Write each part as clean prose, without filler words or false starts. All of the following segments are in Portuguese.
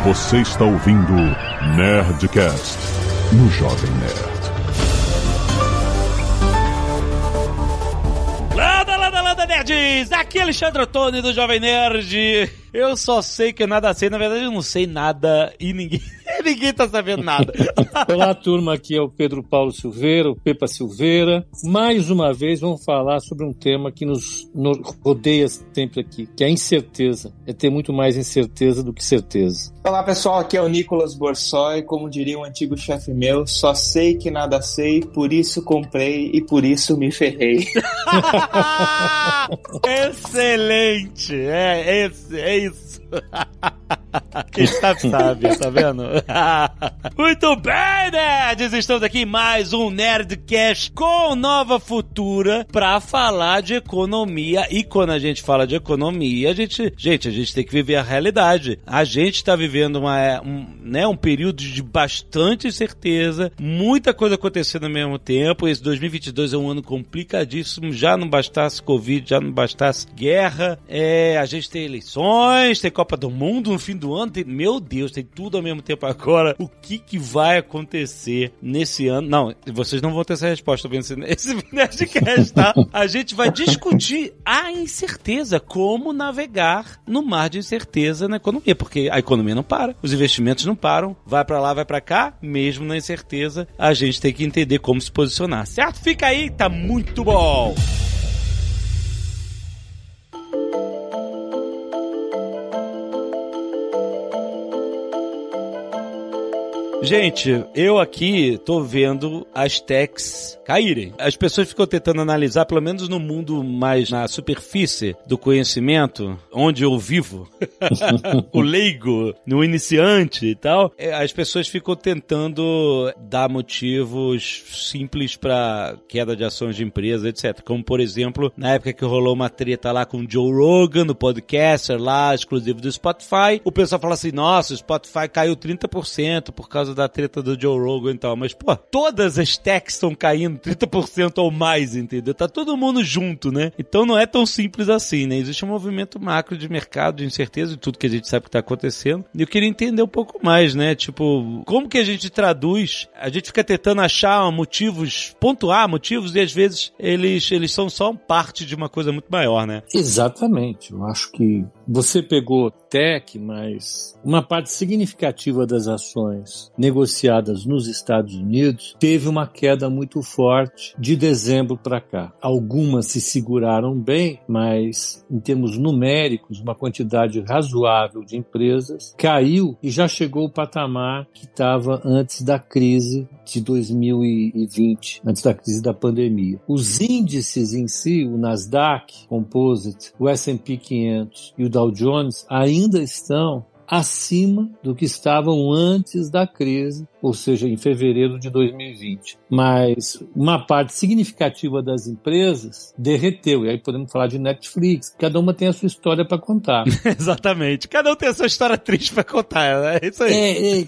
Você está ouvindo Nerdcast no Jovem Nerd. Landa, nerds! Aqui é Alexandre Ottoni do Jovem Nerd. Eu só sei que eu nada sei. Na verdade, eu não sei nada e ninguém tá sabendo nada. Olá, turma. Aqui é o Pedro Paulo Silveira, o Pepa Silveira. Mais uma vez, vamos falar sobre um tema que nos rodeia sempre aqui, que é a incerteza. É ter muito mais incerteza do que certeza. Olá, pessoal. Aqui é o Nicolas Borsoi. Como diria um antigo chefe meu, só sei que nada sei, por isso comprei e por isso me ferrei. Excelente! É isso. Quem sabe, tá vendo? Muito bem, nerds! Estamos aqui em mais um Nerdcast com Nova Futura pra falar de economia. E quando a gente fala de economia, a gente tem que viver a realidade. A gente tá vivendo um período de bastante incerteza, muita coisa acontecendo ao mesmo tempo. Esse 2022 é um ano complicadíssimo. Já não bastasse Covid, já não bastasse guerra. A gente tem eleições, tem Copa do Mundo no fim do ano, meu Deus, tem tudo ao mesmo tempo agora. O que vai acontecer nesse ano? Não, vocês não vão ter essa resposta nesse Nerdcast, tá? A gente vai discutir a incerteza, como navegar no mar de incerteza na economia, porque a economia não para, os investimentos não param, vai pra lá, vai pra cá, mesmo na incerteza, a gente tem que entender como se posicionar, certo? Fica aí, tá muito bom! Gente, eu aqui tô vendo as techs caírem. As pessoas ficam tentando analisar, pelo menos no mundo mais na superfície do conhecimento, onde eu vivo, o leigo, no iniciante e tal, as pessoas ficam tentando dar motivos simples pra queda de ações de empresa, etc. Como, por exemplo, na época que rolou uma treta lá com o Joe Rogan, no podcaster lá, exclusivo do Spotify, o pessoal fala assim, nossa, o Spotify caiu 30% por causa da treta do Joe Rogan e tal, mas, pô, todas as techs estão caindo 30% ou mais, entendeu? Tá todo mundo junto, né? Então não é tão simples assim, né? Existe um movimento macro de mercado, de incerteza e tudo que a gente sabe que tá acontecendo. E eu queria entender um pouco mais, né? Tipo, como que a gente traduz? A gente fica tentando achar motivos, pontuar motivos, e às vezes eles são só parte de uma coisa muito maior, né? Exatamente. Eu acho que você pegou tech, mas uma parte significativa das ações negociadas nos Estados Unidos teve uma queda muito forte de dezembro para cá. Algumas se seguraram bem, mas em termos numéricos, uma quantidade razoável de empresas caiu e já chegou ao patamar que estava antes da crise de 2020, antes da crise da pandemia. Os índices em si, o Nasdaq Composite, o S&P 500 e o Dow Jones ainda estão acima do que estavam antes da crise, ou seja, em fevereiro de 2020. Mas uma parte significativa das empresas derreteu. E aí podemos falar de Netflix. Cada uma tem a sua história para contar. Exatamente. Cada um tem a sua história triste para contar. É isso aí.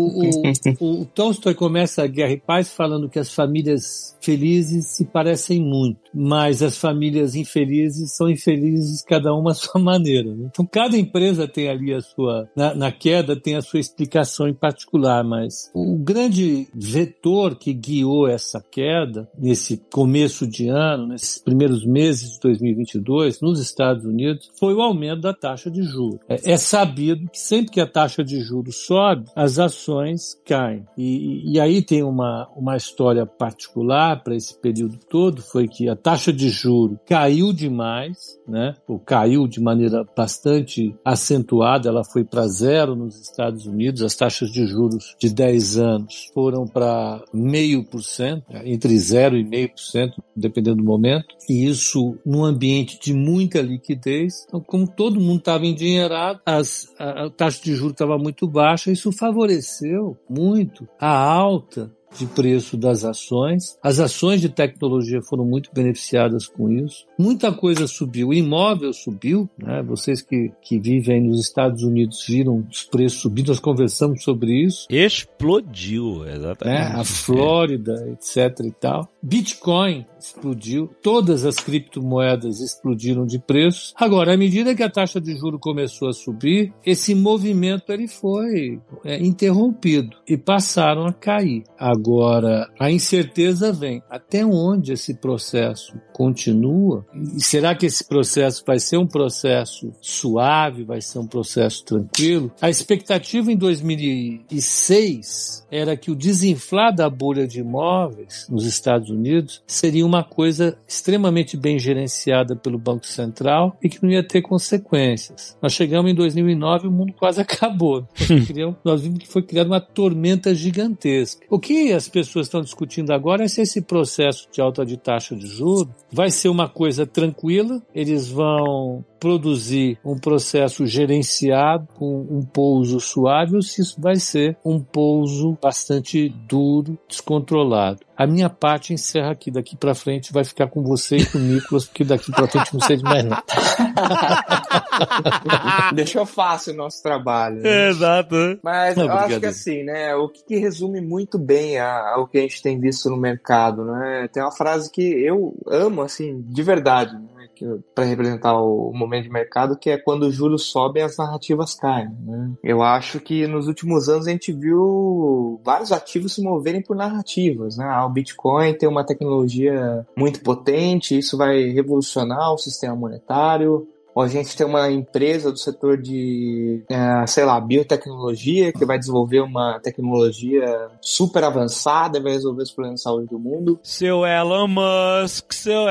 O Tolstói começa a Guerra e Paz falando que as famílias felizes se parecem muito, mas as famílias infelizes são infelizes cada uma à sua maneira, né? Então cada empresa tem ali a sua, na queda tem a sua explicação em particular, mas o grande vetor que guiou essa queda nesse começo de ano, nesses primeiros meses de 2022, nos Estados Unidos, foi o aumento da taxa de juros. É sabido que sempre que a taxa de juros sobe, as ações caem. E aí tem uma história particular para esse período todo, foi que a taxa de juros caiu demais, né? Ou caiu de maneira bastante acentuada, ela foi para zero nos Estados Unidos, as taxas de juros de 10 anos foram para 0,5%, entre 0% e 0,5%, dependendo do momento, e isso num ambiente de muita liquidez. Então, como todo mundo estava endinheirado, a taxa de juros estava muito baixa, isso favoreceu muito a alta de preço das ações. As ações de tecnologia foram muito beneficiadas com isso. Muita coisa subiu. O imóvel subiu, né? Vocês que vivem nos Estados Unidos viram os preços subindo. Nós conversamos sobre isso. Explodiu, exatamente. A Flórida, etc. e tal. Bitcoin explodiu, todas as criptomoedas explodiram de preço. Agora, à medida que a taxa de juros começou a subir, esse movimento ele foi interrompido e passaram a cair. Agora, a incerteza vem. Até onde esse processo continua? E será que esse processo vai ser um processo suave, vai ser um processo tranquilo? A expectativa em 2006 era que o desinflar da bolha de imóveis nos Estados Unidos seria uma coisa extremamente bem gerenciada pelo Banco Central e que não ia ter consequências. Nós chegamos em 2009 e o mundo quase acabou. Nós vimos que foi criada uma tormenta gigantesca. O que as pessoas estão discutindo agora é se esse processo de alta de taxa de juros vai ser uma coisa tranquila, eles vão produzir um processo gerenciado com um pouso suave ou se isso vai ser um pouso bastante duro, descontrolado. A minha parte encerra aqui. Daqui pra frente vai ficar com você e com o Nicolas, porque daqui pra frente não sei de mais nada. Deixou fácil o nosso trabalho. Né? Exato. Mas eu acho que assim, né, o que resume muito bem ao que a gente tem visto no mercado, né? Tem uma frase que eu amo, assim, de verdade, né? Para representar o momento de mercado, que é quando os juros sobem, as narrativas caem, né? Eu acho que nos últimos anos a gente viu vários ativos se moverem por narrativas, né? O Bitcoin tem uma tecnologia muito potente, isso vai revolucionar o sistema monetário. Ou a gente tem uma empresa do setor de, biotecnologia, que vai desenvolver uma tecnologia super avançada e vai resolver os problemas de saúde do mundo. Seu Elon Musk,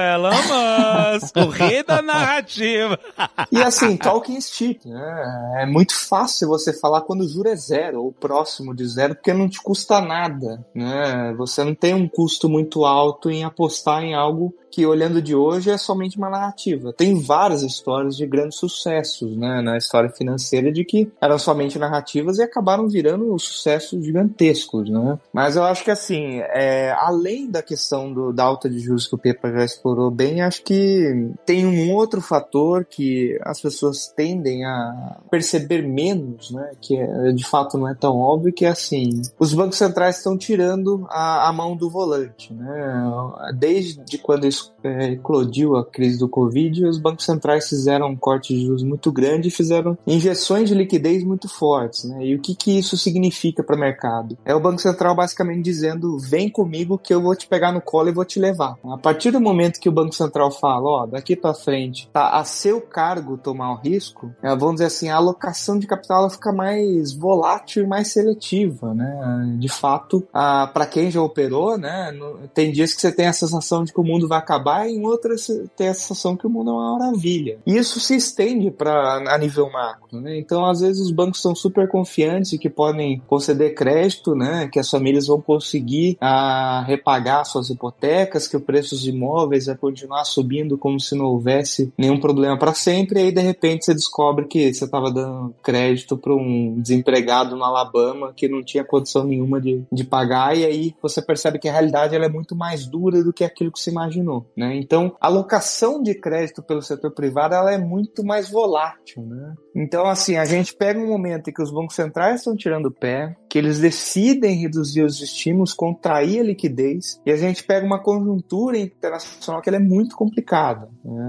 o rei da narrativa. E assim, talking stick, né? É muito fácil você falar quando o juro é zero, ou próximo de zero, porque não te custa nada, né? Você não tem um custo muito alto em apostar em algo que, olhando de hoje, é somente uma narrativa. Tem várias histórias de grandes sucessos, né, na história financeira, de que eram somente narrativas e acabaram virando sucessos gigantescos, né? Mas eu acho que, assim, além da questão da alta de juros que o Pepa já explorou bem, acho que tem um outro fator que as pessoas tendem a perceber menos, né, que de fato não é tão óbvio, que é assim, os bancos centrais estão tirando a mão do volante, né? Desde quando eclodiu a crise do Covid, os bancos centrais fizeram um corte de juros muito grande e fizeram injeções de liquidez muito fortes, né? E o que isso significa para o mercado? É o Banco Central basicamente dizendo, vem comigo que eu vou te pegar no colo e vou te levar. A partir do momento que o Banco Central fala, daqui para frente, tá a seu cargo tomar o risco, vamos dizer assim, a alocação de capital ela fica mais volátil e mais seletiva, né? De fato, para quem já operou, né? Tem dias que você tem a sensação de que o mundo vai acabar, e em outras tem a sensação que o mundo é uma maravilha. E isso se estende a nível macro, né? Então, às vezes, os bancos são super confiantes e que podem conceder crédito, né? Que as famílias vão conseguir repagar suas hipotecas, que o preço dos imóveis vai continuar subindo como se não houvesse nenhum problema para sempre, e aí, de repente, você descobre que você estava dando crédito para um desempregado no Alabama que não tinha condição nenhuma de pagar, e aí você percebe que a realidade ela é muito mais dura do que aquilo que se imaginou, né? Então, a alocação de crédito pelo setor privado ela é muito mais volátil, né? Então, assim, a gente pega um momento em que os bancos centrais estão tirando o pé, que eles decidem reduzir os estímulos, contrair a liquidez, e a gente pega uma conjuntura internacional que ela é muito complicada,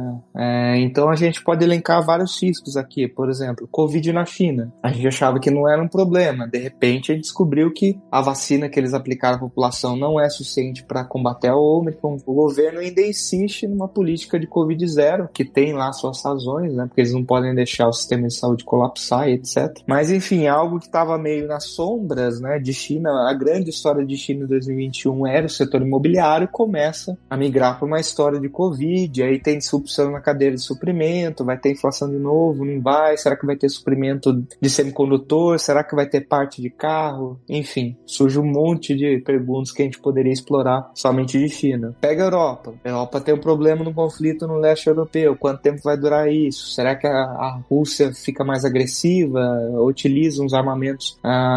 né? Então, a gente pode elencar vários riscos aqui. Por exemplo, Covid na China. A gente achava que não era um problema. De repente, a gente descobriu que a vacina que eles aplicaram à população não é suficiente para combater a Omicron. O governo ainda insiste numa política de Covid zero, que tem lá suas razões, né? Porque eles não podem deixar o sistema de saúde colapsar e etc. Mas, enfim, algo que estava meio nas sombras, né, de China. A grande história de China em 2021 era o setor imobiliário, começa a migrar para uma história de Covid, aí tem disrupção na cadeia de suprimento, vai ter inflação de novo, não vai? Será que vai ter suprimento de semicondutor? Será que vai ter parte de carro? Enfim, surge um monte de perguntas que a gente poderia explorar somente de China. Pega a Europa. A Europa tem um problema no conflito no leste europeu. Quanto tempo vai durar isso? Será que a Rússia fica mais agressiva? Utiliza uns armamentos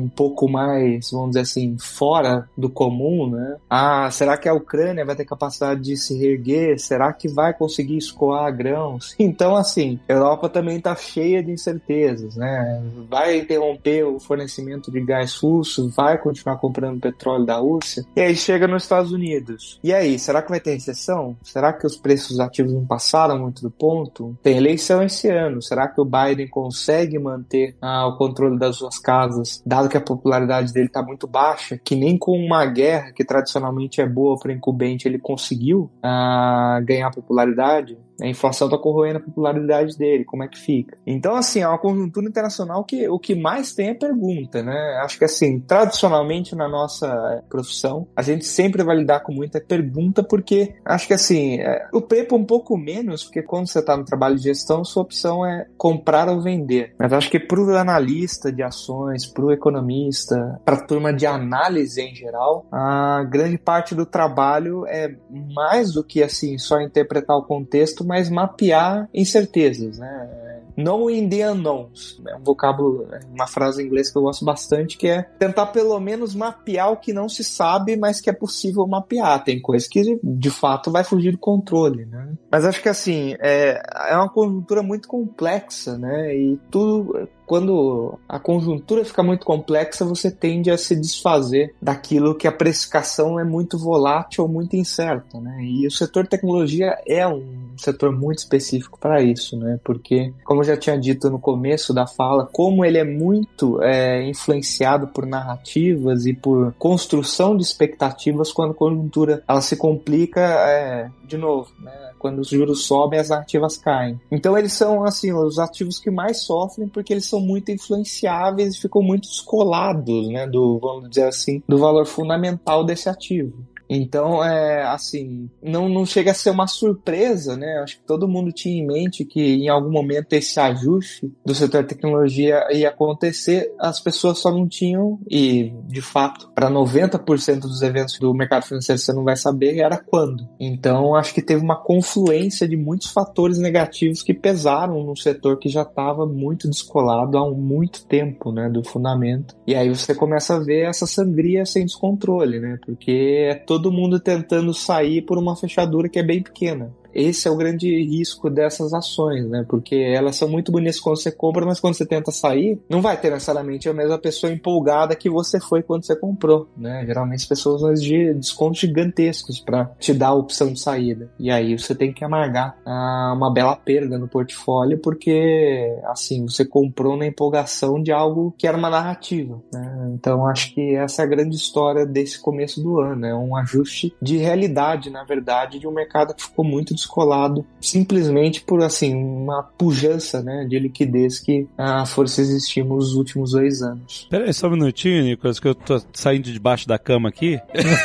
um pouco mais, vamos dizer assim, fora do comum, né? Será que a Ucrânia vai ter capacidade de se reerguer? Será que vai conseguir escoar grãos? Então, assim, a Europa também está cheia de incertezas, né? Vai interromper o fornecimento de gás russo? Vai continuar comprando petróleo da Rússia? E aí chega nos Estados Unidos. E aí, será que vai ter recessão? Será que os preços ativos não passaram muito do ponto? Tem eleição esse ano. Será que o Biden consegue manter o controle das suas casas, dado que a popularidade dele está muito baixa, que nem com uma guerra que tradicionalmente é boa para o incumbente ele conseguiu ganhar popularidade? A inflação está corroendo a popularidade dele, como é que fica? Então, assim, é uma conjuntura internacional que o que mais tem é pergunta, né? Acho que, assim, tradicionalmente na nossa profissão, a gente sempre vai lidar com muita pergunta, porque acho que, assim, o preço um pouco menos, porque quando você está no trabalho de gestão, sua opção é comprar ou vender. Mas acho que para o analista de ações, para o economista, para a turma de análise em geral, a grande parte do trabalho é mais do que, assim, só interpretar o contexto, mas mapear incertezas, né? Knowing the unknowns. É um vocábulo, uma frase em inglês que eu gosto bastante, que é tentar pelo menos mapear o que não se sabe, mas que é possível mapear. Tem coisa que de fato vai fugir do controle, né? Mas acho que assim, é uma conjuntura muito complexa, né? E tudo... Quando a conjuntura fica muito complexa, você tende a se desfazer daquilo que a precificação é muito volátil ou muito incerta, né? E o setor de tecnologia é um setor muito específico para isso, né? Porque, como eu já tinha dito no começo da fala, como ele é muito influenciado por narrativas e por construção de expectativas, quando a conjuntura ela se complica, de novo, né? Quando os juros sobem, as narrativas caem. Então eles são, assim, os ativos que mais sofrem porque eles são muito influenciáveis e ficam muito descolados, né, vamos dizer assim, do valor fundamental desse ativo. Então, assim, não chega a ser uma surpresa, né? Acho que todo mundo tinha em mente que em algum momento esse ajuste do setor de tecnologia ia acontecer, as pessoas só não tinham, e de fato, para 90% dos eventos do mercado financeiro você não vai saber era quando. Então, acho que teve uma confluência de muitos fatores negativos que pesaram no setor que já estava muito descolado há muito tempo, né, do fundamento. E aí você começa a ver essa sangria sem descontrole, né? Porque todo mundo tentando sair por uma fechadura que é bem pequena. Esse é o grande risco dessas ações, né? Porque elas são muito bonitas quando você compra, mas quando você tenta sair, não vai ter necessariamente a mesma pessoa empolgada que você foi quando você comprou, né? Geralmente as pessoas vão exigir descontos gigantescos para te dar a opção de saída. E aí você tem que amargar uma bela perda no portfólio, porque, assim, você comprou na empolgação de algo que era uma narrativa, né? Então acho que essa é a grande história desse começo do ano, é um ajuste de realidade, na verdade, de um mercado que ficou muito descolado simplesmente por, assim, uma pujança, né, de liquidez que a força existiu nos últimos 2 anos. Pera aí só um minutinho, Nicolas, que eu tô saindo debaixo da cama aqui.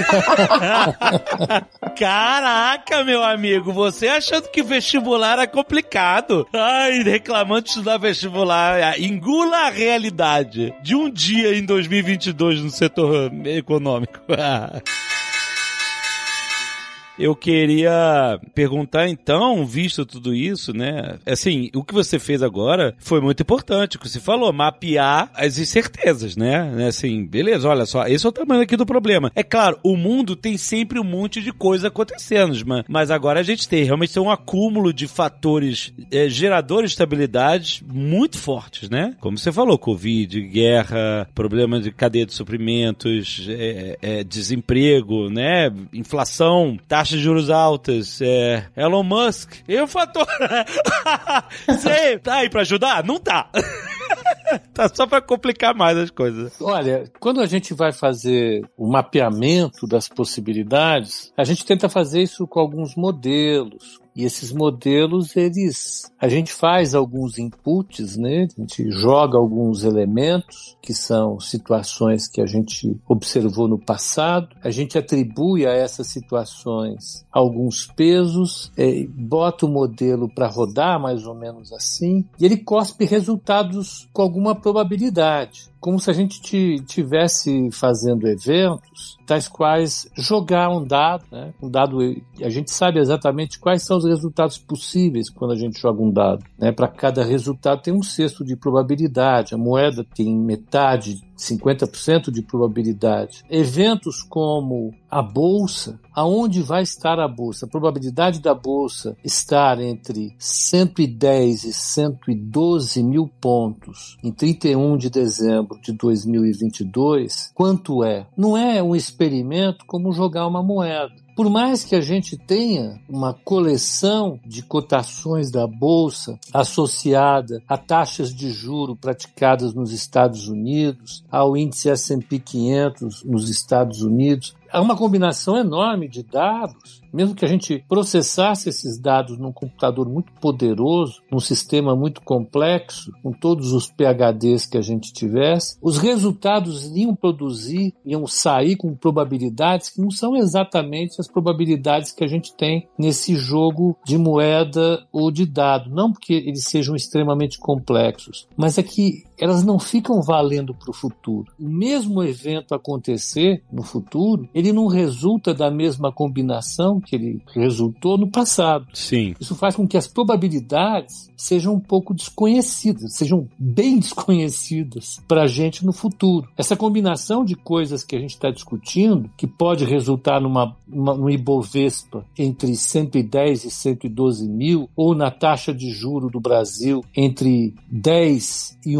Caraca, meu amigo, você achando que vestibular é complicado. Ai, reclamando de estudar vestibular. Engula a realidade de um dia em 2022 no setor econômico. Eu queria perguntar então, visto tudo isso, né? Assim, o que você fez agora foi muito importante, o que você falou, mapear as incertezas, né? Assim, beleza, olha só, esse é o tamanho aqui do problema. É claro, o mundo tem sempre um monte de coisa acontecendo, mas agora a gente realmente tem um acúmulo de fatores geradores de estabilidade muito fortes, né? Como você falou, Covid, guerra, problema de cadeia de suprimentos, desemprego, né? Inflação, taxa de juros altas, Elon Musk, e o fator... Sei, tá aí pra ajudar? Não tá. Tá só pra complicar mais as coisas. Olha, quando a gente vai fazer o mapeamento das possibilidades, a gente tenta fazer isso com alguns modelos. E esses modelos, a gente faz alguns inputs, né? A gente joga alguns elementos, que são situações que a gente observou no passado. A gente atribui a essas situações alguns pesos, bota o modelo para rodar, mais ou menos assim, e ele cospe resultados com alguma probabilidade. Como se a gente tivesse fazendo eventos, tais quais jogar um dado, né? Um dado, a gente sabe exatamente quais são os resultados possíveis quando a gente joga um dado, né? Para cada resultado tem um cesto de probabilidade, a moeda tem metade 50% de probabilidade. Eventos como a Bolsa, aonde vai estar a Bolsa? A probabilidade da Bolsa estar entre 110 e 112 mil pontos em 31 de dezembro de 2022, quanto é? Não é um experimento como jogar uma moeda. Por mais que a gente tenha uma coleção de cotações da Bolsa associada a taxas de juro praticadas nos Estados Unidos, ao índice S&P 500 nos Estados Unidos, há uma combinação enorme de dados. Mesmo que a gente processasse esses dados num computador muito poderoso, num sistema muito complexo, com todos os PHDs que a gente tivesse, os resultados iam sair com probabilidades que não são exatamente as probabilidades que a gente tem nesse jogo de moeda ou de dado. Não porque eles sejam extremamente complexos, mas é que elas não ficam valendo para o futuro. O mesmo evento acontecer no futuro, ele não resulta da mesma combinação que ele resultou no passado. Sim. Isso faz com que as probabilidades sejam um pouco desconhecidas, sejam bem desconhecidas para a gente no futuro. Essa combinação de coisas que a gente está discutindo, que pode resultar no Ibovespa entre 110 e 112 mil, ou na taxa de juro do Brasil entre 10 e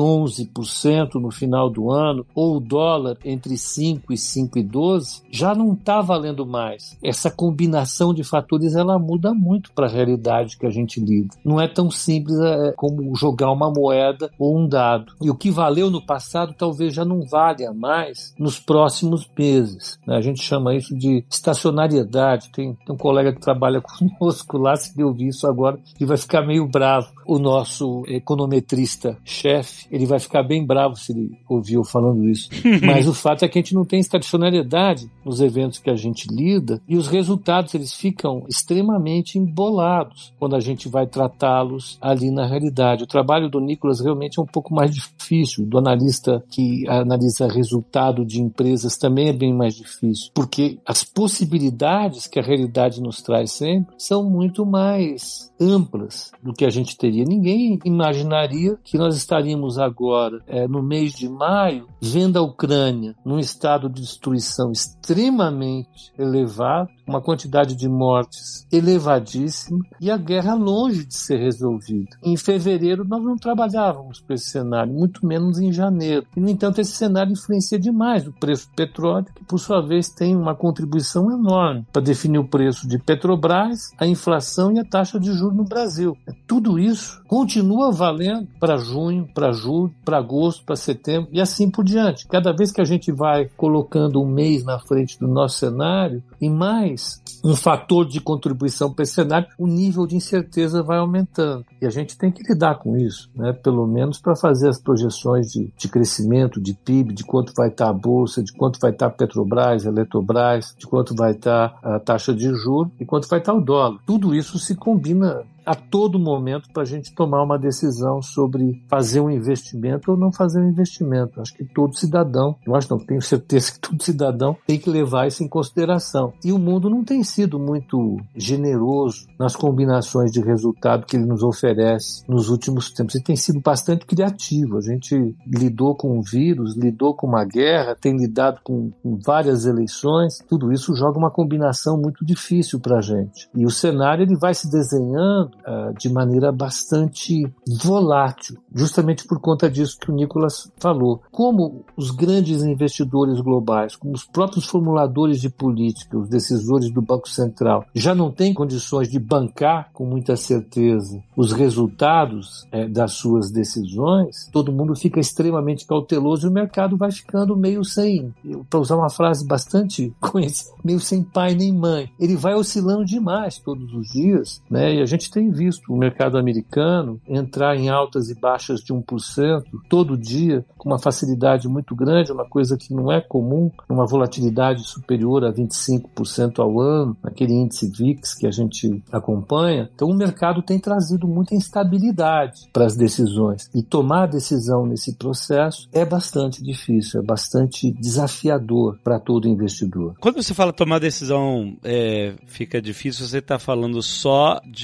11% no final do ano, ou o dólar entre 5 e 5,12, já não está valendo mais. Essa combinação de fatores, ela muda muito para a realidade que a gente lida. Não é tão simples como jogar uma moeda ou um dado. E o que valeu no passado talvez já não valha mais nos próximos meses. A gente chama isso de estacionariedade. Tem um colega que trabalha conosco lá, se ele ouvir isso agora, ele vai ficar meio bravo. O nosso econometrista-chefe, ele vai ficar bem bravo se ele ouvir eu falando isso. Mas o fato é que a gente não tem estacionariedade nos eventos que a gente lida, e os resultados eles ficam extremamente embolados quando a gente vai tratá-los ali na realidade. O trabalho do Nicolas realmente é um pouco mais difícil, do analista que analisa resultado de empresas também é bem mais difícil, porque as possibilidades que a realidade nos traz sempre são muito mais amplas do que a gente teria. Ninguém imaginaria que nós estaríamos agora, no mês de maio, vendo a Ucrânia num estado de destruição extremamente elevado, uma quantidade de mortes elevadíssima e a guerra longe de ser resolvida. Em fevereiro nós não trabalhávamos para esse cenário, muito menos em janeiro. E, no entanto, esse cenário influencia demais o preço do petróleo, que por sua vez tem uma contribuição enorme para definir o preço de Petrobras, a inflação e a taxa de juros no Brasil. Tudo isso continua valendo para junho, para julho, para agosto, para setembro e assim por diante. Cada vez que a gente vai colocando um mês na frente do nosso cenário e mais um fator de contribuição para esse cenário, o nível de incerteza vai aumentando. E a gente tem que lidar com isso, né? Pelo menos para fazer as projeções de crescimento, de PIB, de quanto vai estar a Bolsa, de quanto vai estar a Petrobras, a Eletrobras, de quanto vai estar a taxa de juros e quanto vai estar o dólar. Tudo isso se combina a todo momento para a gente tomar uma decisão sobre fazer um investimento ou não fazer um investimento. Acho que todo cidadão, tenho certeza que todo cidadão tem que levar isso em consideração. E o mundo não tem sido muito generoso nas combinações de resultado que ele nos oferece nos últimos tempos. Ele tem sido bastante criativo. A gente lidou com um vírus, lidou com uma guerra, tem lidado com várias eleições. Tudo isso joga uma combinação muito difícil para a gente. E o cenário ele vai se desenhando de maneira bastante volátil, justamente por conta disso que o Nicolas falou. Como os grandes investidores globais, como os próprios formuladores de política, os decisores do Banco Central, já não têm condições de bancar com muita certeza os resultados das suas decisões, todo mundo fica extremamente cauteloso e o mercado vai ficando meio sem, para usar uma frase bastante conhecida, meio sem pai nem mãe. Ele vai oscilando demais todos os dias, né? E a gente tem visto o mercado americano entrar em altas e baixas de 1% todo dia, com uma facilidade muito grande, uma coisa que não é comum, uma volatilidade superior a 25% ao ano, naquele índice VIX que a gente acompanha. Então o mercado tem trazido muita instabilidade para as decisões. E tomar decisão nesse processo é bastante difícil, é bastante desafiador para todo investidor. Quando você fala tomar decisão fica difícil, você está falando só de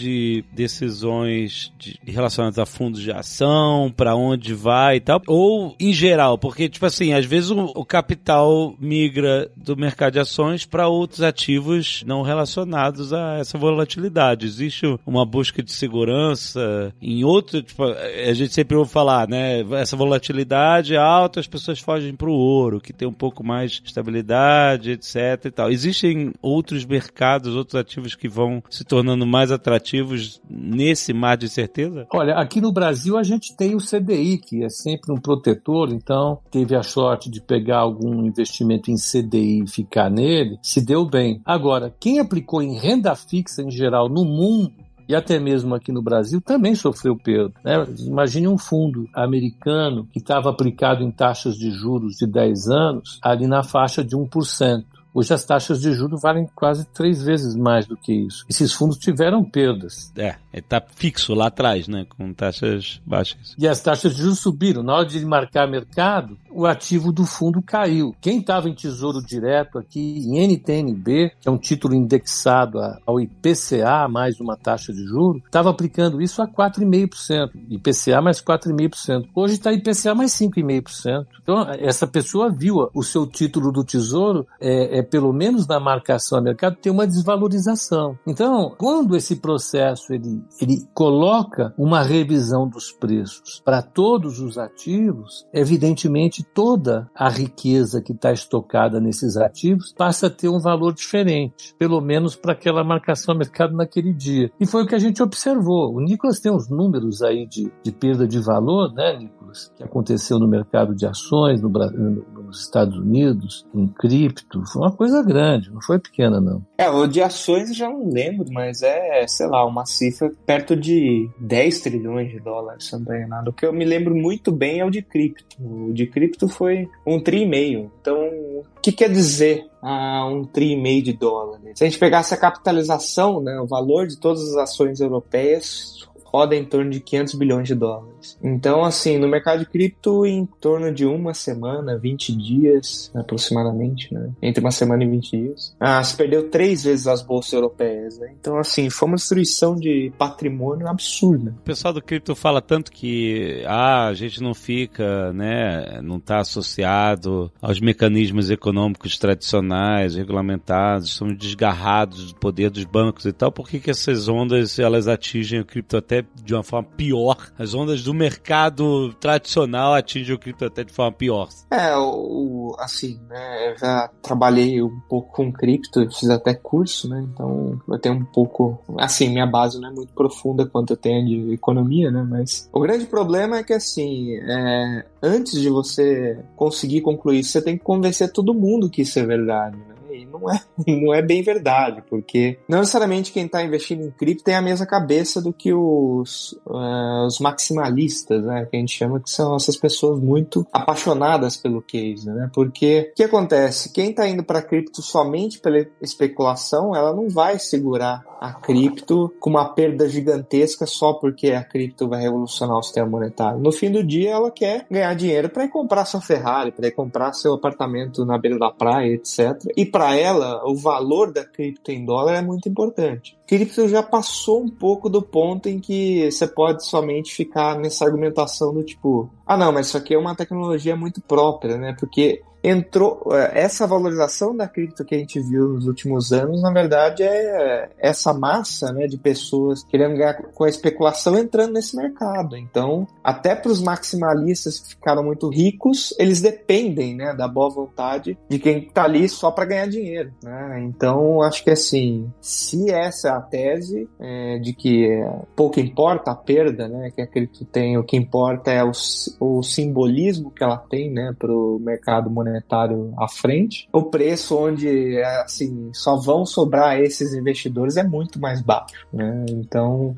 decisões relacionadas a fundos de ação, para onde vai e tal, ou em geral, porque, tipo assim, às vezes o capital migra do mercado de ações para outros ativos não relacionados a essa volatilidade. Existe uma busca de segurança em outro, tipo, a gente sempre ouve falar, né, essa volatilidade é alta, as pessoas fogem para o ouro, que tem um pouco mais de estabilidade, etc e tal. Existem outros mercados, outros ativos que vão se tornando mais atrativos nesse mar de certeza? Olha, aqui no Brasil a gente tem o CDI, que é sempre um protetor, então teve a sorte de pegar algum investimento em CDI e ficar nele, se deu bem. Agora, quem aplicou em renda fixa em geral no mundo, e até mesmo aqui no Brasil, também sofreu perda, né? Imagine um fundo americano que estava aplicado em taxas de juros de 10 anos, ali na faixa de 1%. Hoje as taxas de juros valem quase 3 vezes mais do que isso. Esses fundos tiveram perdas. Está fixo lá atrás, né? Com taxas baixas. E as taxas de juros subiram. Na hora de marcar mercado, o ativo do fundo caiu. Quem estava em tesouro direto aqui, em NTN-B, que é um título indexado ao IPCA, mais uma taxa de juros, estava aplicando isso a 4,5%. IPCA mais 4,5%. Hoje está IPCA mais 5,5%. Então, essa pessoa viu o seu título do tesouro, pelo menos na marcação a mercado, ter uma desvalorização. Então, quando esse processo ele coloca uma revisão dos preços para todos os ativos, evidentemente toda a riqueza que está estocada nesses ativos passa a ter um valor diferente, pelo menos para aquela marcação a mercado naquele dia. E foi o que a gente observou. O Nicolas tem uns números aí de perda de valor, né, Nicolas, que aconteceu no mercado de ações nos Estados Unidos, em cripto. Foi uma coisa grande, não foi pequena, não. O de ações eu já não lembro, mas sei lá, uma cifra perto de 10 trilhões de dólares, se não estou enganado. O que eu me lembro muito bem é o de cripto. O de cripto foi 1,5 tri. Então, o que quer dizer 1,5 tri de dólares? Se a gente pegasse a capitalização, né, o valor de todas as ações europeias roda em torno de 500 bilhões de dólares. Então, assim, no mercado de cripto, em torno de uma semana, 20 dias, aproximadamente, né? Entre uma semana e 20 dias. Se perdeu 3 vezes as bolsas europeias, né? Então, assim, foi uma destruição de patrimônio absurda. O pessoal do cripto fala tanto que a gente não fica, né, não está associado aos mecanismos econômicos tradicionais, regulamentados, somos desgarrados do poder dos bancos e tal. Por que essas ondas, elas atingem o cripto até de uma forma pior? As ondas do mercado tradicional atingem o cripto até de forma pior. Assim, né, eu já trabalhei um pouco com cripto, fiz até curso, né, então eu tenho um pouco, assim, minha base não é muito profunda quanto eu tenho de economia, né, mas o grande problema é que, assim, antes de você conseguir concluir isso, você tem que convencer todo mundo que isso é verdade, né? E não é bem verdade, porque não necessariamente quem está investindo em cripto tem a mesma cabeça do que os maximalistas, né, que a gente chama, que são essas pessoas muito apaixonadas pelo case, né, porque o que acontece? Quem está indo para cripto somente pela especulação, ela não vai segurar a cripto com uma perda gigantesca só porque a cripto vai revolucionar o sistema monetário. No fim do dia, ela quer ganhar dinheiro para ir comprar sua Ferrari, para ir comprar seu apartamento na beira da praia, etc. E para ela, o valor da cripto em dólar é muito importante. Cripto já passou um pouco do ponto em que você pode somente ficar nessa argumentação do tipo, não, mas isso aqui é uma tecnologia muito própria, né? Porque entrou essa valorização da cripto que a gente viu nos últimos anos, na verdade é essa massa, né, de pessoas querendo ganhar com a especulação entrando nesse mercado. Então, até para os maximalistas que ficaram muito ricos, eles dependem, né, da boa vontade de quem está ali só para ganhar dinheiro, né? Então, acho que assim, se essa é a tese de que pouco importa a perda, né, que a cripto tem, o que importa é o simbolismo que ela tem, né, para o mercado monetário à frente, o preço onde assim, só vão sobrar esses investidores é muito mais baixo, né? Então,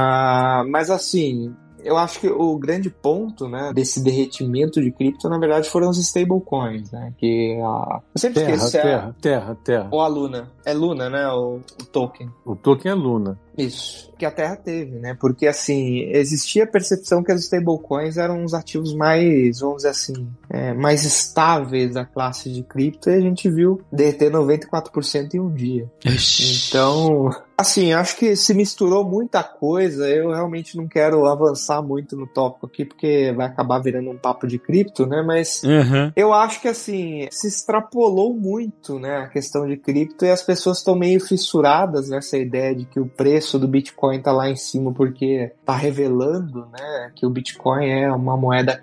mas assim, eu acho que o grande ponto, né, desse derretimento de cripto, na verdade, foram os stablecoins, né? Que eu sempre esqueço Terra. ou a Luna. É Luna, né? O token. O token é Luna. Isso, que a Terra teve, né? Porque, assim, existia a percepção que as stablecoins eram uns ativos mais, vamos dizer assim, mais estáveis da classe de cripto, e a gente viu derreter 94% em um dia. Então, assim, acho que se misturou muita coisa. Eu realmente não quero avançar muito no tópico aqui, porque vai acabar virando um papo de cripto, né? Mas eu acho que, assim, se extrapolou muito, né, a questão de cripto, e as pessoas estão meio fissuradas nessa ideia de que o preço do Bitcoin tá lá em cima porque tá revelando, né, que o Bitcoin é uma moeda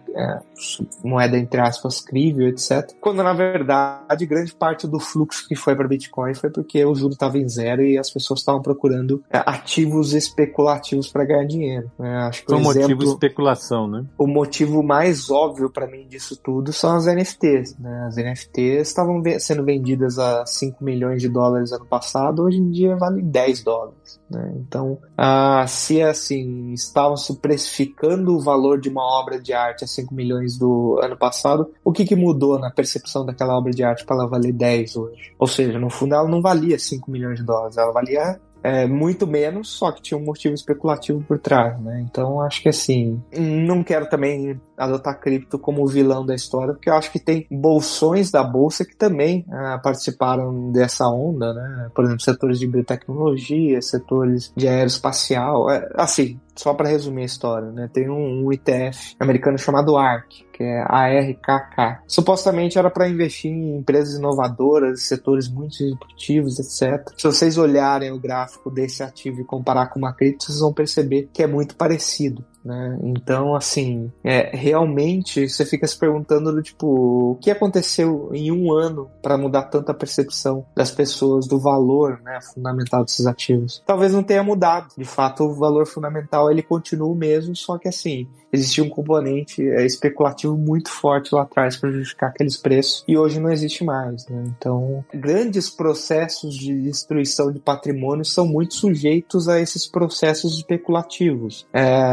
entre aspas crível, etc. Quando na verdade grande parte do fluxo que foi para Bitcoin foi porque o juro estava em zero e as pessoas estavam procurando ativos especulativos para ganhar dinheiro, né? Acho que foi um motivo de especulação, né? O motivo mais óbvio para mim disso tudo são as NFTs, né? As NFTs estavam sendo vendidas a $5 milhões ano passado, hoje em dia vale $10, né? Então, se assim estavam se precificando o valor de uma obra de arte a 5 milhões do ano passado, o que mudou na percepção daquela obra de arte para ela valer 10 hoje? Ou seja, no fundo ela não valia $5 milhões, ela valia muito menos, só que tinha um motivo especulativo por trás, né? Então acho que assim, não quero também adotar cripto como o vilão da história, porque eu acho que tem bolsões da bolsa que também participaram dessa onda, né? Por exemplo, setores de biotecnologia, setores de aeroespacial, assim, só para resumir a história, né? Tem um ETF americano chamado ARK, que é ARKK. Supostamente era para investir em empresas inovadoras, setores muito disruptivos, etc. Se vocês olharem o gráfico desse ativo e comparar com uma cripto, vocês vão perceber que é muito parecido, né? Então, assim, realmente você fica se perguntando do tipo, o que aconteceu em um ano para mudar tanto a percepção das pessoas do valor, né, fundamental desses ativos? Talvez não tenha mudado. De fato, o valor fundamental ele continua o mesmo, só que assim, existia um componente especulativo muito forte lá atrás para justificar aqueles preços, e hoje não existe mais, né? Então, grandes processos de destruição de patrimônio são muito sujeitos a esses processos especulativos.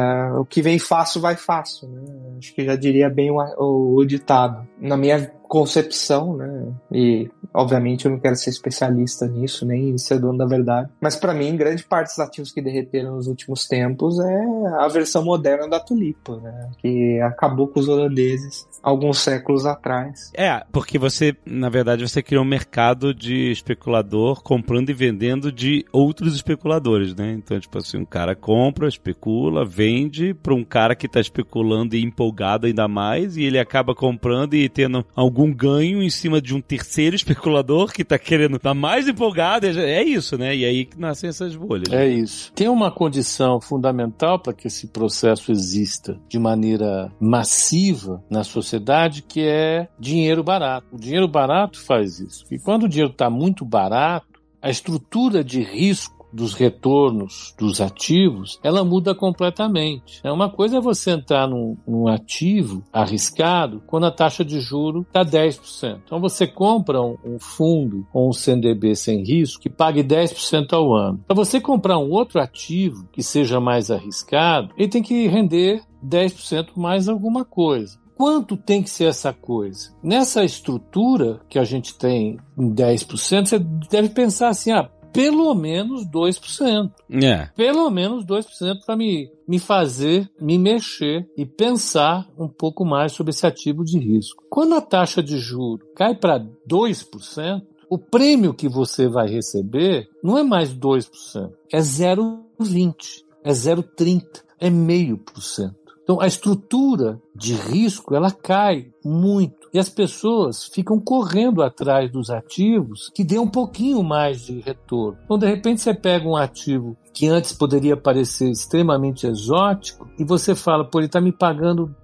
O que vem fácil, vai fácil, né? Acho que já diria bem o ditado. Na minha concepção, né? E obviamente eu não quero ser especialista nisso, nem ser dono da verdade, mas para mim, grande parte dos ativos que derreteram nos últimos tempos é a versão moderna da tulipa, né? Que acabou com os holandeses alguns séculos atrás. Porque você, na verdade, você criou um mercado de especulador comprando e vendendo de outros especuladores, né? Então, tipo assim, um cara compra, especula, vende para um cara que tá especulando e empolgado ainda mais, e ele acaba comprando e tendo algum ganho em cima de um terceiro especulador que tá querendo estar mais empolgado. É isso, né? E aí que nascem essas bolhas. É isso. Tem uma condição fundamental para que esse processo exista de maneira massiva na sociedade, que é dinheiro barato. O dinheiro barato faz isso. E quando o dinheiro está muito barato, a estrutura de risco dos retornos dos ativos, ela muda completamente. Uma coisa é você entrar num ativo arriscado quando a taxa de juros está 10%. Então você compra um fundo ou um CNDB sem risco que pague 10% ao ano. Para você comprar um outro ativo que seja mais arriscado, ele tem que render 10% mais alguma coisa. Quanto tem que ser essa coisa? Nessa estrutura que a gente tem em 10%, você deve pensar assim, pelo menos 2%. Pelo menos 2% para me fazer, me mexer e pensar um pouco mais sobre esse ativo de risco. Quando a taxa de juros cai para 2%, o prêmio que você vai receber não é mais 2%, é 0,20%, é 0,30%, é 0,5%. Então, a estrutura de risco, ela cai muito. E as pessoas ficam correndo atrás dos ativos que dê um pouquinho mais de retorno. Então, de repente, você pega um ativo que antes poderia parecer extremamente exótico e você fala, ele está me pagando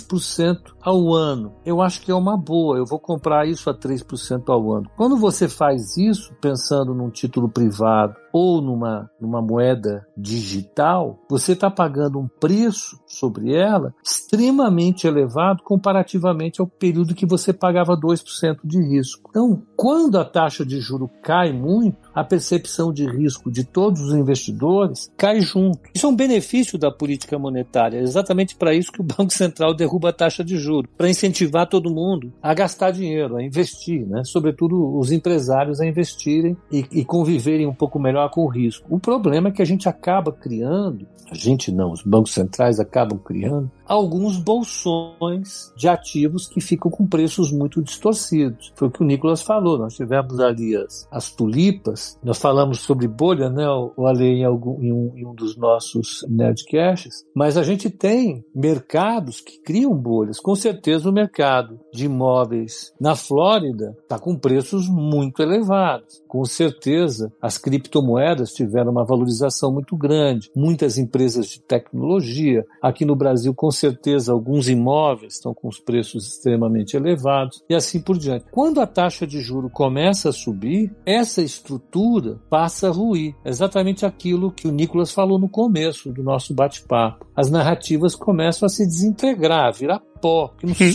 3% ao ano. Eu acho que é uma boa, eu vou comprar isso a 3% ao ano. Quando você faz isso, pensando num título privado ou numa moeda digital, você está pagando um preço sobre ela extremamente elevado comparativamente ao período que você pagava 2% de risco. Então, quando a taxa de juros cai muito, a percepção de risco de todos os investidores cai junto. Isso é um benefício da política monetária. É exatamente para isso que o Banco Central derruba a taxa de juros, para incentivar todo mundo a gastar dinheiro, a investir, né? Sobretudo os empresários a investirem e conviverem um pouco melhor melhor com o risco. O problema é que a gente acaba criando, a gente não, os bancos centrais acabam criando alguns bolsões de ativos que ficam com preços muito distorcidos. Foi o que o Nicolas falou, nós tivemos ali as tulipas, nós falamos sobre bolha, né, o Ale em um dos nossos Nerdcasts, mas a gente tem mercados que criam bolhas. Com certeza o mercado de imóveis na Flórida está com preços muito elevados. Com certeza as criptomoedas tiveram uma valorização muito grande. Muitas empresas de tecnologia, aqui no Brasil, com certeza, alguns imóveis estão com os preços extremamente elevados e assim por diante. Quando a taxa de juros começa a subir, essa estrutura passa a ruir. É exatamente aquilo que o Nicolas falou no começo do nosso bate-papo. As narrativas começam a se desintegrar, a virar pó, que não se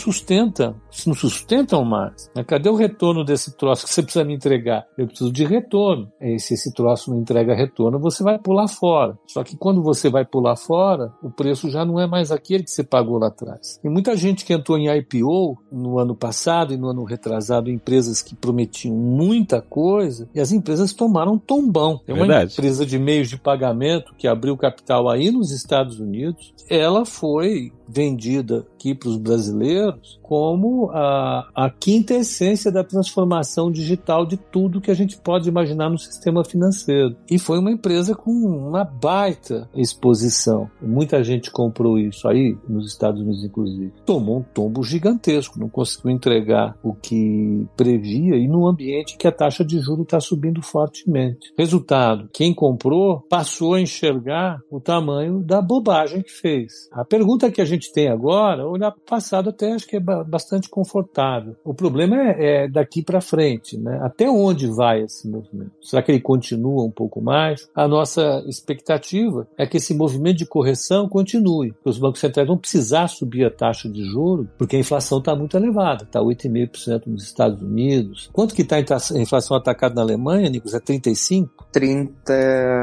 sustentam mais. Cadê o retorno desse troço que você precisa me entregar? Eu preciso de retorno. E se esse troço não entrega retorno, você vai pular fora. Só que quando você vai pular fora, o preço já não é mais aquele que você pagou lá atrás. E muita gente que entrou em IPO no ano passado e no ano retrasado, empresas que prometiam muita coisa, e as empresas tomaram um tombão. Tem uma empresa de meios de pagamento que abriu capital aí nos Estados Unidos, ela foi vendida aqui para os brasileiros como a quinta essência da transformação digital de tudo que a gente pode imaginar no sistema financeiro. E foi uma empresa com uma baita exposição. Muita gente comprou isso aí, nos Estados Unidos inclusive. Tomou um tombo gigantesco, não conseguiu entregar o que previa e num ambiente que a taxa de juros está subindo fortemente. Resultado, quem comprou passou a enxergar o tamanho da bobagem que fez. A pergunta que a gente tem agora, olhar para o passado até acho que é bastante confortável. O problema é daqui para frente, né? Até onde vai esse movimento? Será que ele continua um pouco mais? A nossa expectativa é que esse movimento de correção continue. Os bancos centrais vão precisar subir a taxa de juros porque a inflação está muito elevada. Está 8,5% nos Estados Unidos. Quanto que está a inflação atacada na Alemanha, Nicolas? É 35%? 30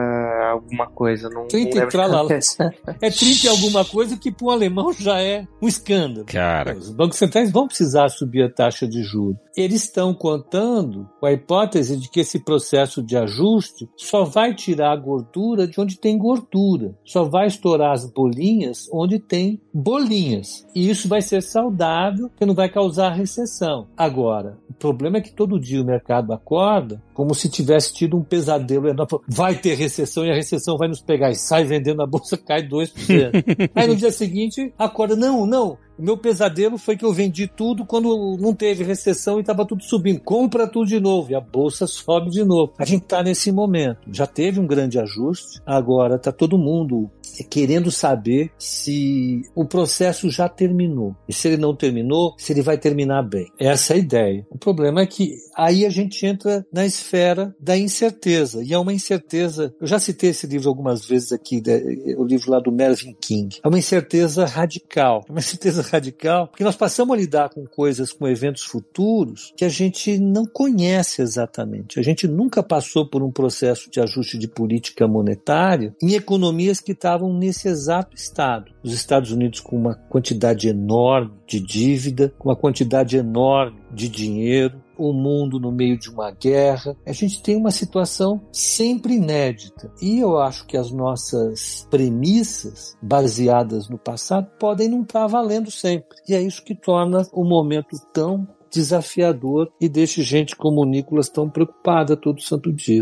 alguma coisa. Não 30 e tralala. É 30 e alguma coisa que para um alemão já é um escândalo. Cara. Os bancos centrais vão precisar subir a taxa de juros. Eles estão contando com a hipótese de que esse processo de ajuste só vai tirar a gordura de onde tem gordura. Só vai estourar as bolinhas onde tem bolinhas. E isso vai ser saudável, porque não vai causar recessão. Agora, o problema é que todo dia o mercado acorda como se tivesse tido um pesadelo enorme. Vai ter recessão e a recessão vai nos pegar. E sai vendendo a bolsa, cai 2%. Aí no dia seguinte, acorda, não, o meu pesadelo foi que eu vendi tudo quando não teve recessão e estava tudo subindo. Compra tudo de novo e a bolsa sobe de novo. A gente está nesse momento. Já teve um grande ajuste, agora está todo mundo querendo saber se o processo já terminou. E se ele não terminou, se ele vai terminar bem. Essa é a ideia. O problema é que aí a gente entra na esfera da incerteza. E é uma incerteza... Eu já citei esse livro algumas vezes aqui, o livro lá do Mervyn King. É uma incerteza radical. É uma incerteza radical porque nós passamos a lidar com coisas, com eventos futuros que a gente não conhece exatamente. A gente nunca passou por um processo de ajuste de política monetária em economias que estavam nesse exato estado. Os Estados Unidos com uma quantidade enorme de dívida, com uma quantidade enorme de dinheiro, o mundo no meio de uma guerra. A gente tem uma situação sempre inédita. E eu acho que as nossas premissas, baseadas no passado, podem não estar valendo sempre. E é isso que torna o momento tão desafiador e deixa gente como o Nicolas tão preocupada todo santo dia.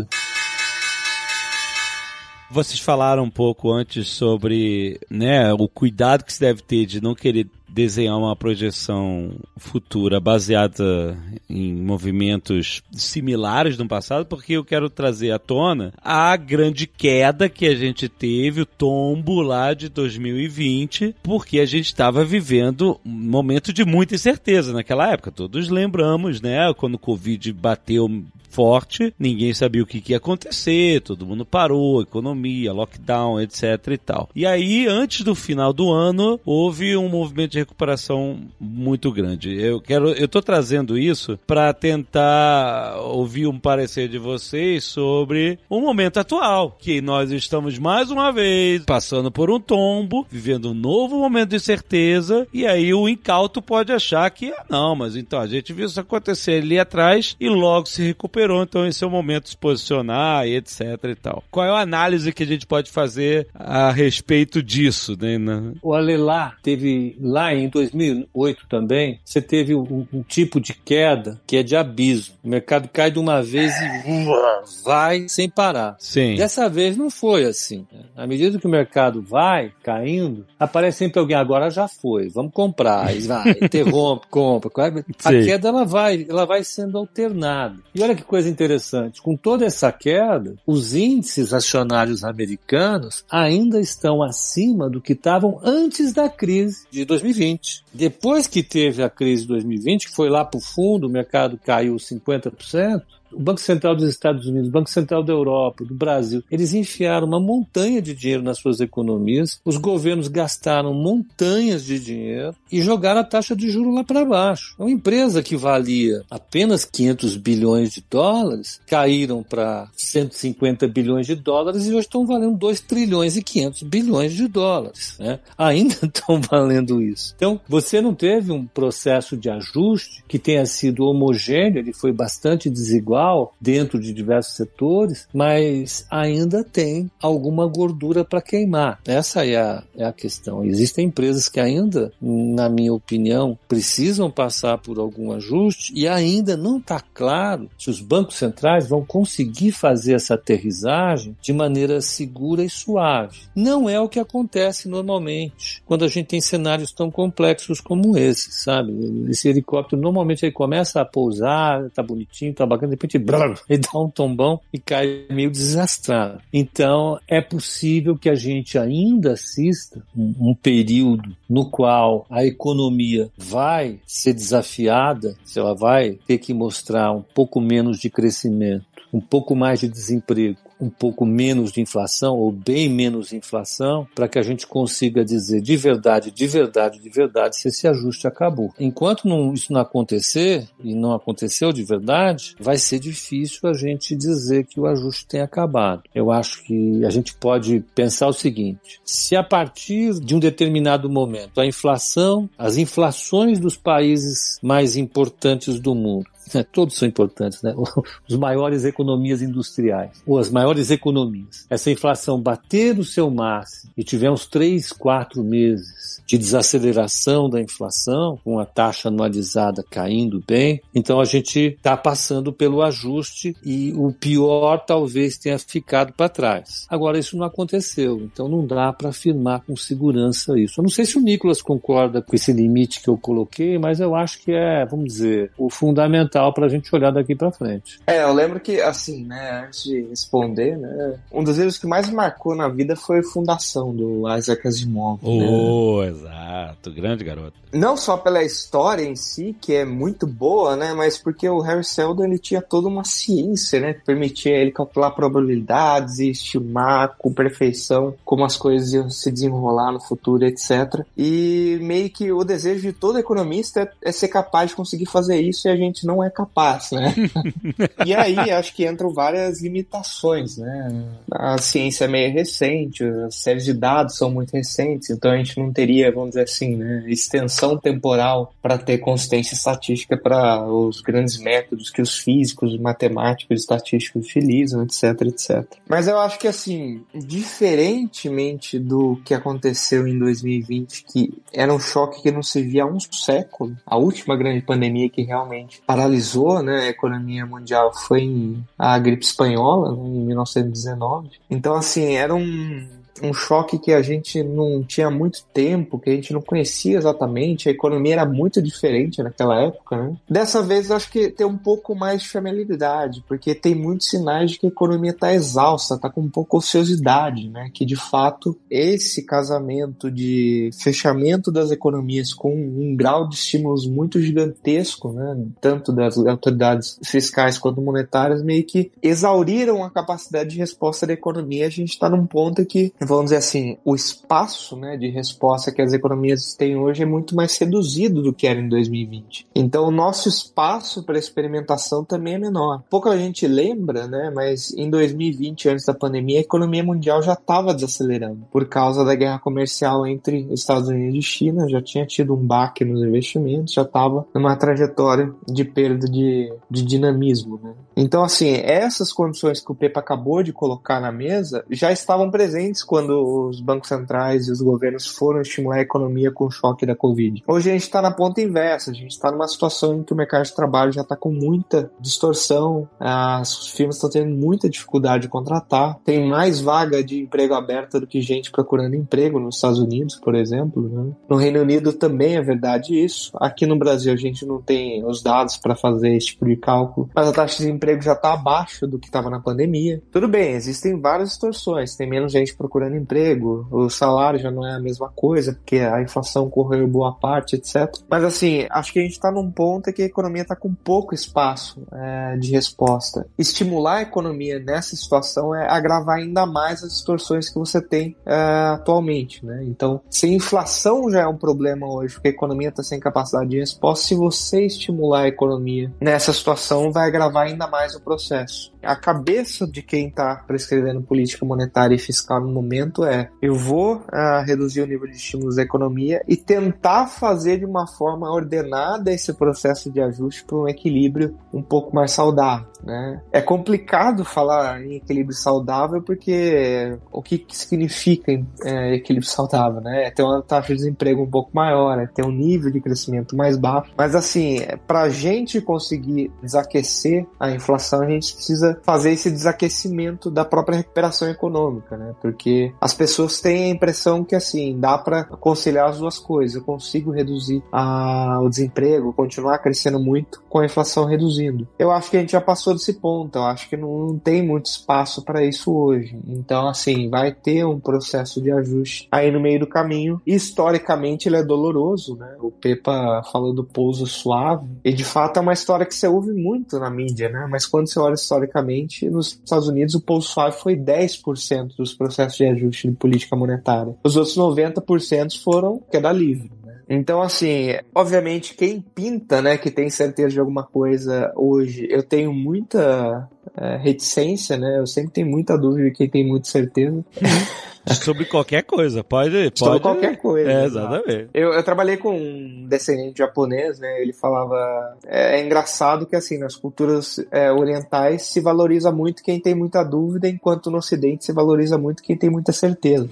Vocês falaram um pouco antes sobre, né, o cuidado que se deve ter de não querer desenhar uma projeção futura baseada em movimentos similares no passado, porque eu quero trazer à tona a grande queda que a gente teve, o tombo lá de 2020, porque a gente estava vivendo um momento de muita incerteza naquela época. Todos lembramos, né, quando o Covid bateu forte, ninguém sabia o que ia acontecer, todo mundo parou, economia, lockdown, etc e tal. E aí, antes do final do ano, houve um movimento de de recuperação muito grande. Eu tô trazendo isso para tentar ouvir um parecer de vocês sobre o momento atual, que nós estamos mais uma vez passando por um tombo, vivendo um novo momento de incerteza, e aí o incauto pode achar que, não, mas então a gente viu isso acontecer ali atrás e logo se recuperou, então esse é o momento de se posicionar e etc e tal. Qual é a análise que a gente pode fazer a respeito disso, né? O Alelá teve, lá em 2008 também, você teve um tipo de queda que é de abismo. O mercado cai de uma vez e vai sem parar. Sim. Dessa vez não foi assim. À medida que o mercado vai caindo, aparece sempre alguém, agora já foi, vamos comprar. Aí vai, interrompe, compra. A queda ela vai sendo alternada. E olha que coisa interessante, com toda essa queda, os índices acionários americanos ainda estão acima do que estavam antes da crise de 2020. Depois que teve a crise de 2020, que foi lá para o fundo, o mercado caiu 50%, o Banco Central dos Estados Unidos, o Banco Central da Europa, do Brasil, eles enfiaram uma montanha de dinheiro nas suas economias, os governos gastaram montanhas de dinheiro e jogaram a taxa de juros lá para baixo. Uma empresa que valia apenas 500 bilhões de dólares, caíram para 150 bilhões de dólares e hoje estão valendo 2 trilhões e 500 bilhões de dólares, né? Ainda estão valendo isso. Então, você não teve um processo de ajuste que tenha sido homogêneo, ele foi bastante desigual dentro de diversos setores, mas ainda tem alguma gordura para queimar. Essa é a questão. Existem empresas que ainda, na minha opinião, precisam passar por algum ajuste e ainda não está claro se os bancos centrais vão conseguir fazer essa aterrissagem de maneira segura e suave. Não é o que acontece normalmente quando a gente tem cenários tão complexos como esse, sabe? Esse helicóptero normalmente ele começa a pousar, tá bonitinho, tá bacana, de repente e dá um tombão e cai meio desastrado. Então, é possível que a gente ainda assista um período no qual a economia vai ser desafiada, se ela vai ter que mostrar um pouco menos de crescimento, um pouco mais de desemprego, um pouco menos de inflação ou bem menos inflação, para que a gente consiga dizer de verdade se esse ajuste acabou. Enquanto isso não acontecer, e não aconteceu de verdade, vai ser difícil a gente dizer que o ajuste tem acabado. Eu acho que a gente pode pensar o seguinte: se a partir de um determinado momento as inflações dos países mais importantes do mundo, todos são importantes, né? Os maiores economias industriais, ou as maiores economias. Essa inflação bater no seu máximo e tiver uns 3, 4 meses de desaceleração da inflação, com a taxa anualizada caindo bem, então a gente está passando pelo ajuste e o pior talvez tenha ficado para trás. Agora, isso não aconteceu, então não dá para afirmar com segurança isso. Eu não sei se o Nicolas concorda com esse limite que eu coloquei, mas eu acho que é, vamos dizer, o fundamental para a gente olhar daqui para frente. Eu lembro que, assim, né, antes de responder, né, um dos livros que mais me marcou na vida foi Fundação, do Isaac Asimov. Exato, grande garoto. Não só pela história em si, que é muito boa, né, mas porque o Harry Seldon, ele tinha toda uma ciência, né, que permitia ele calcular probabilidades e estimar com perfeição como as coisas iam se desenrolar no futuro, etc. E meio que o desejo de todo economista é ser capaz de conseguir fazer isso, e a gente não é capaz, né? E aí, acho que entram várias limitações, né? A ciência é meio recente, as séries de dados são muito recentes, então a gente não teria, vamos dizer assim, né, extensão temporal para ter consistência estatística para os grandes métodos que os físicos, os matemáticos, os estatísticos utilizam, etc, etc. Mas eu acho que, assim, diferentemente do que aconteceu em 2020, que era um choque que não se via há um século, a última grande pandemia que realmente paralisou, né, a economia mundial foi a gripe espanhola, né, em 1919. Então, assim, era um choque que a gente não tinha muito tempo, que a gente não conhecia exatamente, a economia era muito diferente naquela época, né? Dessa vez eu acho que tem um pouco mais de familiaridade, porque tem muitos sinais de que a economia está exausta, está com um pouco ociosidade, né? Que de fato esse casamento de fechamento das economias com um grau de estímulos muito gigantesco, né? Tanto das autoridades fiscais quanto monetárias, meio que exauriram a capacidade de resposta da economia. A gente está num ponto que vamos dizer assim, o espaço, né, de resposta que as economias têm hoje é muito mais reduzido do que era em 2020. Então, o nosso espaço para experimentação também é menor. Pouca gente lembra, né, mas em 2020, antes da pandemia, a economia mundial já estava desacelerando por causa da guerra comercial entre Estados Unidos e China, já tinha tido um baque nos investimentos, já estava numa trajetória de perda de dinamismo, né? Então, assim, essas condições que o Pepa acabou de colocar na mesa já estavam presentes quando os bancos centrais e os governos foram estimular a economia com o choque da Covid. Hoje a gente está na ponta inversa, a gente está numa situação em que o mercado de trabalho já está com muita distorção, as firmas estão tendo muita dificuldade de contratar, tem mais vaga de emprego aberta do que gente procurando emprego nos Estados Unidos, por exemplo, né? No Reino Unido também é verdade isso. Aqui no Brasil a gente não tem os dados para fazer esse tipo de cálculo, mas a taxa de emprego já está abaixo do que estava na pandemia. Tudo bem, existem várias distorções, tem menos gente procurando emprego, o salário já não é a mesma coisa, porque a inflação correu boa parte, etc. Mas assim, acho que a gente está num ponto em que a economia está com pouco espaço de resposta. Estimular a economia nessa situação é agravar ainda mais as distorções que você tem atualmente, né? Então, se a inflação já é um problema hoje, porque a economia está sem capacidade de resposta, se você estimular a economia nessa situação, vai agravar ainda mais o processo. A cabeça de quem está prescrevendo política monetária e fiscal no momento eu vou reduzir o nível de estímulos da economia e tentar fazer de uma forma ordenada esse processo de ajuste para um equilíbrio um pouco mais saudável, né? É complicado falar em equilíbrio saudável porque o que significa equilíbrio saudável, né? É ter uma taxa de desemprego um pouco maior, é ter um nível de crescimento mais baixo, mas assim, para a gente conseguir desaquecer a inflação, a gente precisa fazer esse desaquecimento da própria recuperação econômica, né? Porque as pessoas têm a impressão que assim, dá para conciliar as duas coisas. Eu consigo reduzir o desemprego, continuar crescendo muito com a inflação reduzindo. Eu acho que a gente já passou desse ponto, eu acho que não tem muito espaço para isso hoje. Então, assim, vai ter um processo de ajuste aí no meio do caminho. E, historicamente, ele é doloroso, né? O Pepa falou do pouso suave, e de fato é uma história que você ouve muito na mídia, né? Mas quando você olha historicamente, nos Estados Unidos o pouso suave foi 10% dos processos de ajuste de política monetária. Os outros 90% foram queda livre. Então, assim, obviamente quem pinta, né, que tem certeza de alguma coisa hoje, eu tenho muita reticência, né, eu sempre tenho muita dúvida de quem tem muita certeza. Sobre qualquer coisa, pode... Sobre qualquer coisa. Exatamente. Eu trabalhei com um descendente japonês, né, ele falava, é engraçado que assim, nas culturas orientais se valoriza muito quem tem muita dúvida, enquanto no ocidente se valoriza muito quem tem muita certeza.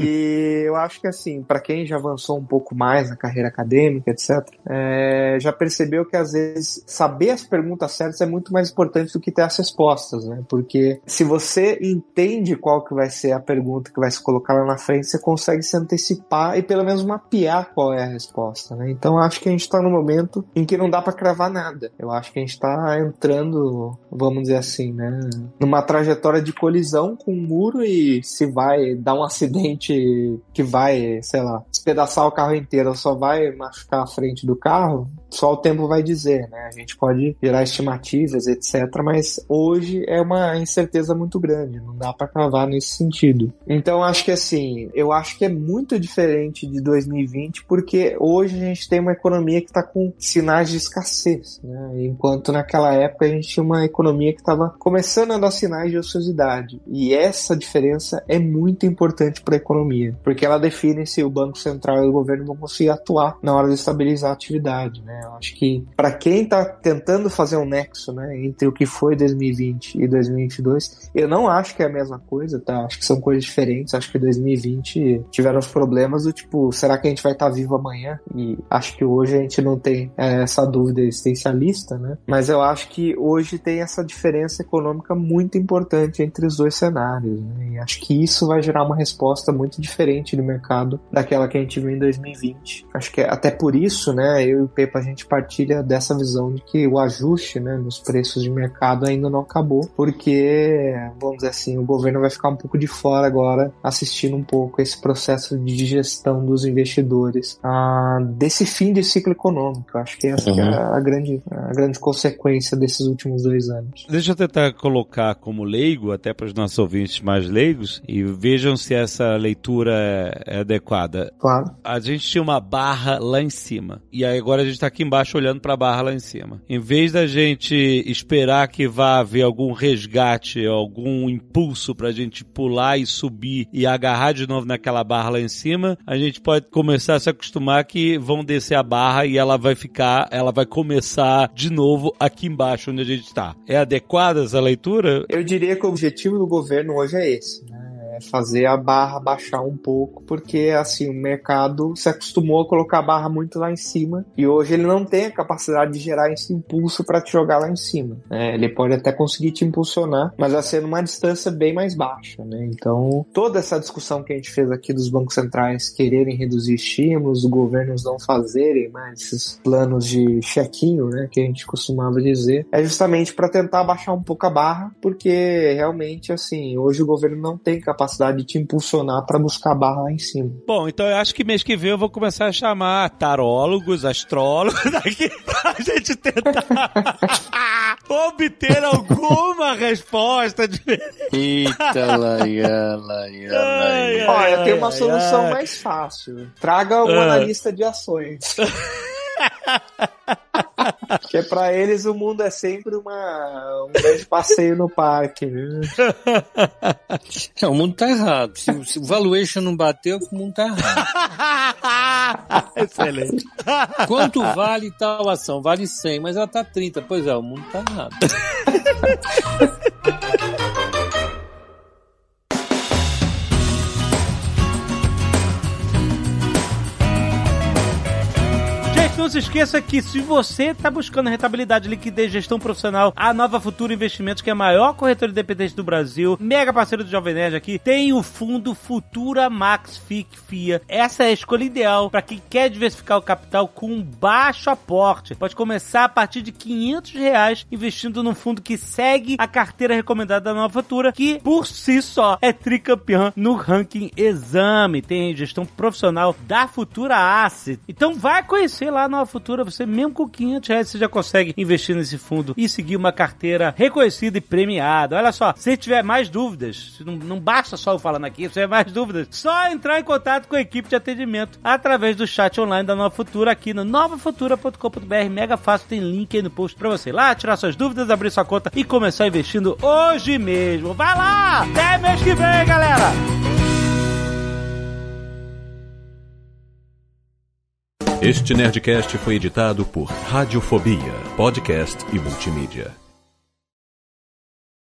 E eu acho que assim, para quem já avançou um pouco mais na carreira acadêmica, etc., já percebeu que às vezes saber as perguntas certas é muito mais importante do que ter as respostas, né, porque se você entende qual que vai ser a pergunta que vai se colocar lá na frente, você consegue se antecipar e pelo menos mapear qual é a resposta, né? Então acho que a gente está num momento em que não dá para cravar nada. Eu acho que a gente está entrando, vamos dizer assim, né, numa trajetória de colisão com um muro, e se vai dar um acidente que vai, sei lá, despedaçar o carro inteiro ou só vai machucar a frente do carro, só o tempo vai dizer, né? A gente pode gerar estimativas, etc., mas hoje é uma incerteza muito grande, não dá para cravar nesse sentido. Então acho que assim, eu acho que é muito diferente de 2020, porque hoje a gente tem uma economia que está com sinais de escassez, né? Enquanto naquela época a gente tinha uma economia que estava começando a dar sinais de ociosidade. E essa diferença é muito importante para a economia, porque ela define se o Banco Central e o governo vão conseguir atuar na hora de estabilizar a atividade, né? Eu acho que para quem está tentando fazer um nexo, né, entre o que foi 2020 e 2022, eu não acho que é a mesma coisa, tá? Acho que são coisas diferentes. Acho que 2020 tiveram os problemas do tipo, será que a gente vai estar vivo amanhã? E acho que hoje a gente não tem essa dúvida existencialista, né? Mas eu acho que hoje tem essa diferença econômica muito importante entre os dois cenários, né? E acho que isso vai gerar uma resposta muito diferente do mercado daquela que a gente viu em 2020. Acho que até por isso, né, eu e o Pepa, a gente partilha dessa visão de que o ajuste, né, nos preços de mercado ainda não acabou, porque, vamos dizer assim, o governo vai ficar um pouco de fora agora, assistindo um pouco esse processo de digestão dos investidores, desse fim de ciclo econômico. Acho que essa que é a grande consequência desses últimos 2 anos. Deixa eu tentar colocar como leigo, até para os nossos ouvintes mais leigos, e vejam se essa leitura é adequada. Claro. A gente tinha uma barra lá em cima, e aí agora a gente está aqui embaixo olhando para a barra lá em cima. Em vez da gente esperar que vá haver algum resgate, algum impulso para a gente pular e subir e agarrar de novo naquela barra lá em cima, a gente pode começar a se acostumar que vão descer a barra e ela vai começar de novo aqui embaixo onde a gente está. É adequada essa leitura? Eu diria que o objetivo do governo hoje é esse, né? Fazer a barra baixar um pouco, porque assim, o mercado se acostumou a colocar a barra muito lá em cima e hoje ele não tem a capacidade de gerar esse impulso para te jogar lá em cima, né? Ele pode até conseguir te impulsionar, mas vai ser numa distância bem mais baixa, né? Então, toda essa discussão que a gente fez aqui dos bancos centrais quererem reduzir estímulos, os governos não fazerem mais esses planos de chequinho, né, que a gente costumava dizer, é justamente para tentar baixar um pouco a barra, porque realmente, assim, hoje o governo não tem capacidade de te impulsionar para buscar a barra lá em cima. Bom, então eu acho que mês que vem eu vou começar a chamar tarólogos, astrólogos aqui pra gente tentar obter alguma resposta diferente. Eita, Olha, tem uma solução mais fácil. Traga um analista de ações. Porque pra eles o mundo é sempre um grande passeio no parque, viu? O mundo tá errado. Se o valuation não bateu, o mundo tá errado. Excelente. Quanto vale tal ação? Vale 100, mas ela tá 30. Pois é, o mundo tá errado. Não se esqueça que se você está buscando rentabilidade, liquidez, gestão profissional, a Nova Futura Investimentos, que é a maior corretora independente do Brasil, mega parceiro do Jovem Nerd aqui, tem o fundo Futura Max FIC FIA. Essa é a escolha ideal para quem quer diversificar o capital com baixo aporte. Pode começar a partir de R$500 investindo num fundo que segue a carteira recomendada da Nova Futura, que por si só é tricampeão no ranking Exame. Tem gestão profissional da Futura Asset. Então vai conhecer lá Nova Futura, você mesmo com R$500 você já consegue investir nesse fundo e seguir uma carteira reconhecida e premiada. Olha só, se tiver mais dúvidas, não basta só eu falando aqui, se tiver mais dúvidas, só entrar em contato com a equipe de atendimento através do chat online da Nova Futura aqui no novafutura.com.br, mega fácil, tem link aí no post pra você lá, tirar suas dúvidas, abrir sua conta e começar investindo hoje mesmo. Vai lá! Até mês que vem, galera! Este Nerdcast foi editado por Radiofobia, podcast e multimídia.